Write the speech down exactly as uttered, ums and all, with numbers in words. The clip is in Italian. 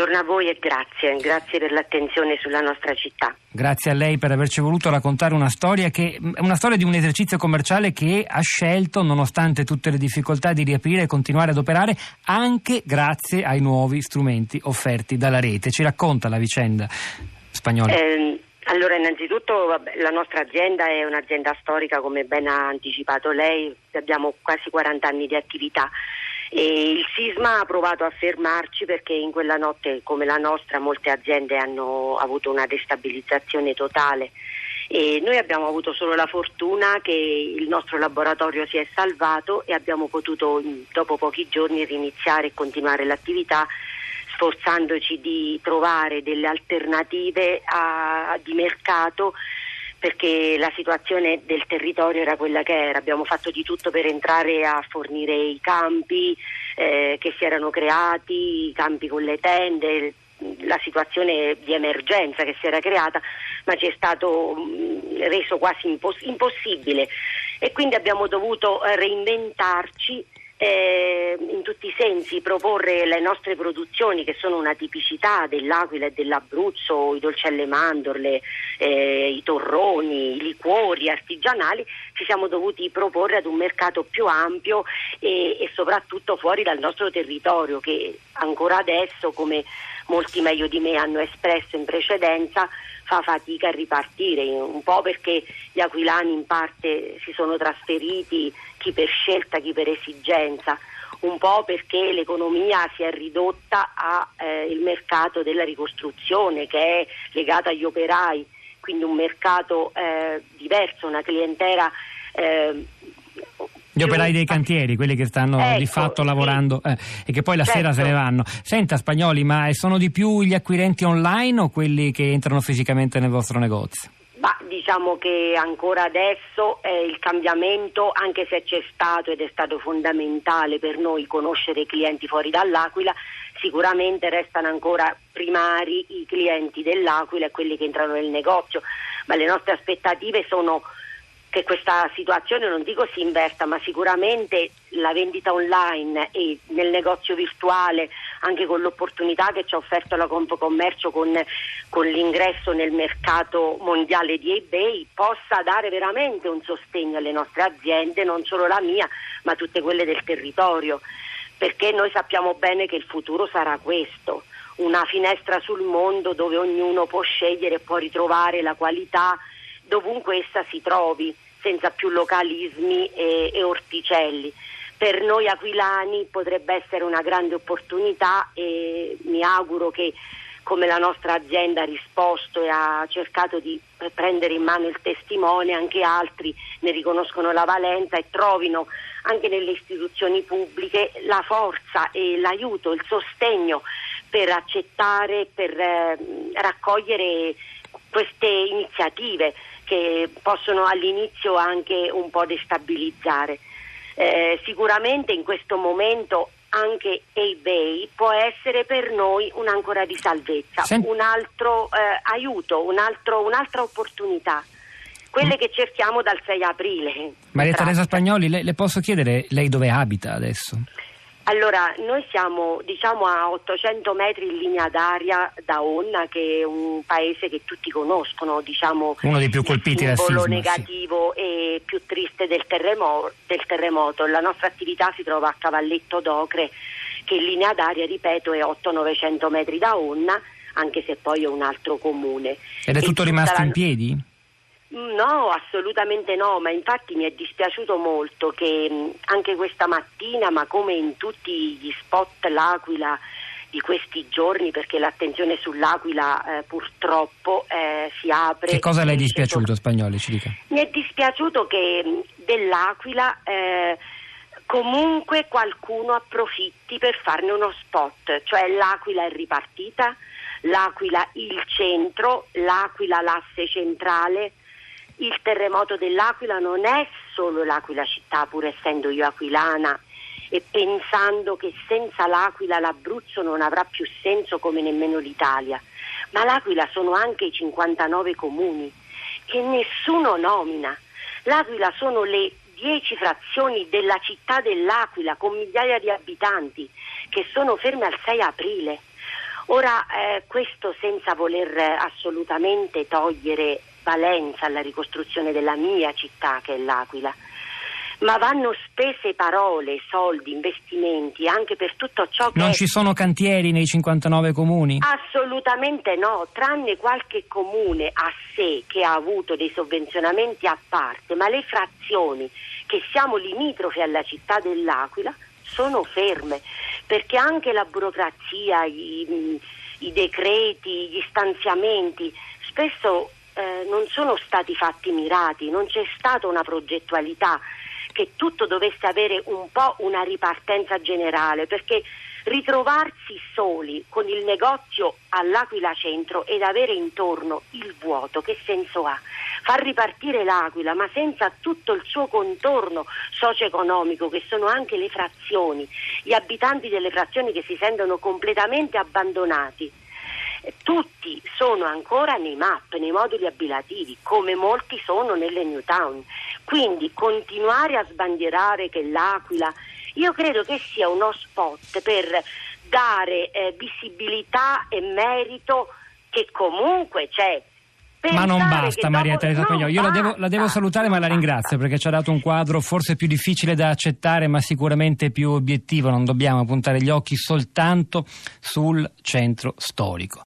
Buongiorno a voi e grazie, grazie per l'attenzione sulla nostra città. Grazie a lei per averci voluto raccontare una storia che è una storia di un esercizio commerciale che ha scelto, nonostante tutte le difficoltà, di riaprire e continuare ad operare anche grazie ai nuovi strumenti offerti dalla rete. Ci racconta la vicenda, Spagnoli? Eh, allora, innanzitutto vabbè, la nostra azienda è un'azienda storica, come ben ha anticipato lei, abbiamo quasi quaranta anni di attività. E il sisma ha provato a fermarci perché in quella notte, come la nostra, molte aziende hanno avuto una destabilizzazione totale e noi abbiamo avuto solo la fortuna che il nostro laboratorio si è salvato e abbiamo potuto dopo pochi giorni riniziare e continuare l'attività, sforzandoci di trovare delle alternative a, di mercato, perché la situazione del territorio era quella che era. Abbiamo fatto di tutto per entrare a fornire i campi eh, che si erano creati, i campi con le tende, la situazione di emergenza che si era creata, ma ci è stato mh, reso quasi impos- impossibile e quindi abbiamo dovuto reinventarci Eh, in tutti i sensi, proporre le nostre produzioni che sono una tipicità dell'Aquila e dell'Abruzzo, i dolci alle mandorle, eh, i torroni, i liquori artigianali. Ci siamo dovuti proporre ad un mercato più ampio e, e soprattutto fuori dal nostro territorio, che ancora adesso, come molti meglio di me hanno espresso in precedenza, fa fatica a ripartire, un po' perché gli aquilani in parte si sono trasferiti, chi per scelta, chi per esigenza, un po' perché l'economia si è ridotta al eh, mercato della ricostruzione, che è legato agli operai, quindi un mercato eh, diverso, una clientela eh, gli operai dei cantieri, quelli che stanno ecco, di fatto lavorando eh, e che poi la certo. sera se ne vanno. Senta Spagnoli, ma sono di più gli acquirenti online o quelli che entrano fisicamente nel vostro negozio? Ma diciamo che ancora adesso eh, il cambiamento, anche se c'è stato ed è stato fondamentale per noi conoscere i clienti fuori dall'Aquila, sicuramente restano ancora primari i clienti dell'Aquila e quelli che entrano nel negozio, ma le nostre aspettative sono che questa situazione, non dico si inverta, ma sicuramente la vendita online e nel negozio virtuale, anche con l'opportunità che ci ha offerto la Confcommercio con, con l'ingresso nel mercato mondiale di eBay, possa dare veramente un sostegno alle nostre aziende, non solo la mia, ma tutte quelle del territorio, perché noi sappiamo bene che il futuro sarà questo, una finestra sul mondo dove ognuno può scegliere e può ritrovare la qualità dovunque essa si trovi, senza più localismi e, e orticelli. Per noi aquilani potrebbe essere una grande opportunità e mi auguro che, come la nostra azienda ha risposto e ha cercato di prendere in mano il testimone, anche altri ne riconoscono la valenza e trovino anche nelle istituzioni pubbliche la forza e l'aiuto, il sostegno per accettare, per eh, raccogliere queste iniziative che possono all'inizio anche un po' destabilizzare. Eh, sicuramente in questo momento anche eBay può essere per noi un'ancora di salvezza, Sent- un altro eh, aiuto, un altro, un'altra opportunità, quelle mm. che cerchiamo dal sei aprile. Maria Teresa Spagnoli, le, le posso chiedere lei dove abita adesso? Allora, noi siamo diciamo a ottocento metri in linea d'aria da Onna, che è un paese che tutti conoscono, diciamo uno dei più colpiti dal sisma, negativo sì. E più triste del terremoto, del terremoto. La nostra attività si trova a Cavalletto d'Ocre, che in linea d'aria, ripeto, è ottocento novecento metri da Onna, anche se poi è un altro comune. Ed è tutto e rimasto la... in piedi? No, assolutamente no, ma infatti mi è dispiaciuto molto che anche questa mattina, ma come in tutti gli spot l'Aquila di questi giorni, perché l'attenzione sull'Aquila eh, purtroppo eh, si apre. Che cosa le è dispiaciuto, sotto... Spagnoli, ci dica? Mi è dispiaciuto che dell'Aquila eh, comunque qualcuno approfitti per farne uno spot, cioè l'Aquila è ripartita, l'Aquila il centro, l'Aquila l'asse centrale. Il terremoto dell'Aquila non è solo l'Aquila città, pur essendo io aquilana e pensando che senza l'Aquila l'Abruzzo non avrà più senso, come nemmeno l'Italia, ma l'Aquila sono anche i cinquantanove comuni che nessuno nomina. L'Aquila sono le dieci frazioni della città dell'Aquila con migliaia di abitanti che sono ferme al sei aprile. Ora, eh, questo senza voler assolutamente togliere valenza alla ricostruzione della mia città, che è l'Aquila, ma vanno spese parole, soldi, investimenti anche per tutto ciò che... Non ci sono cantieri nei cinquantanove comuni? Assolutamente no, tranne qualche comune a sé che ha avuto dei sovvenzionamenti a parte, ma le frazioni che siamo limitrofe alla città dell'Aquila sono ferme, perché anche la burocrazia, i, i decreti, gli stanziamenti spesso eh, non sono stati fatti mirati, non c'è stata una progettualità, che tutto dovesse avere un po' una ripartenza generale, perché ritrovarsi soli con il negozio all'Aquila Centro ed avere intorno il vuoto, che senso ha? Far ripartire l'Aquila, ma senza tutto il suo contorno socio-economico, che sono anche le frazioni, gli abitanti delle frazioni che si sentono completamente abbandonati. Tutti sono ancora nei M A P, nei moduli abitativi, come molti sono nelle new town. Quindi continuare a sbandierare che l'Aquila, io credo che sia uno spot per dare eh, visibilità e merito che comunque c'è. Ma non basta, Maria Teresa Pagnò. Io la devo, la devo salutare, ma la ringrazio perché ci ha dato un quadro forse più difficile da accettare, ma sicuramente più obiettivo. Non dobbiamo puntare gli occhi soltanto sul centro storico.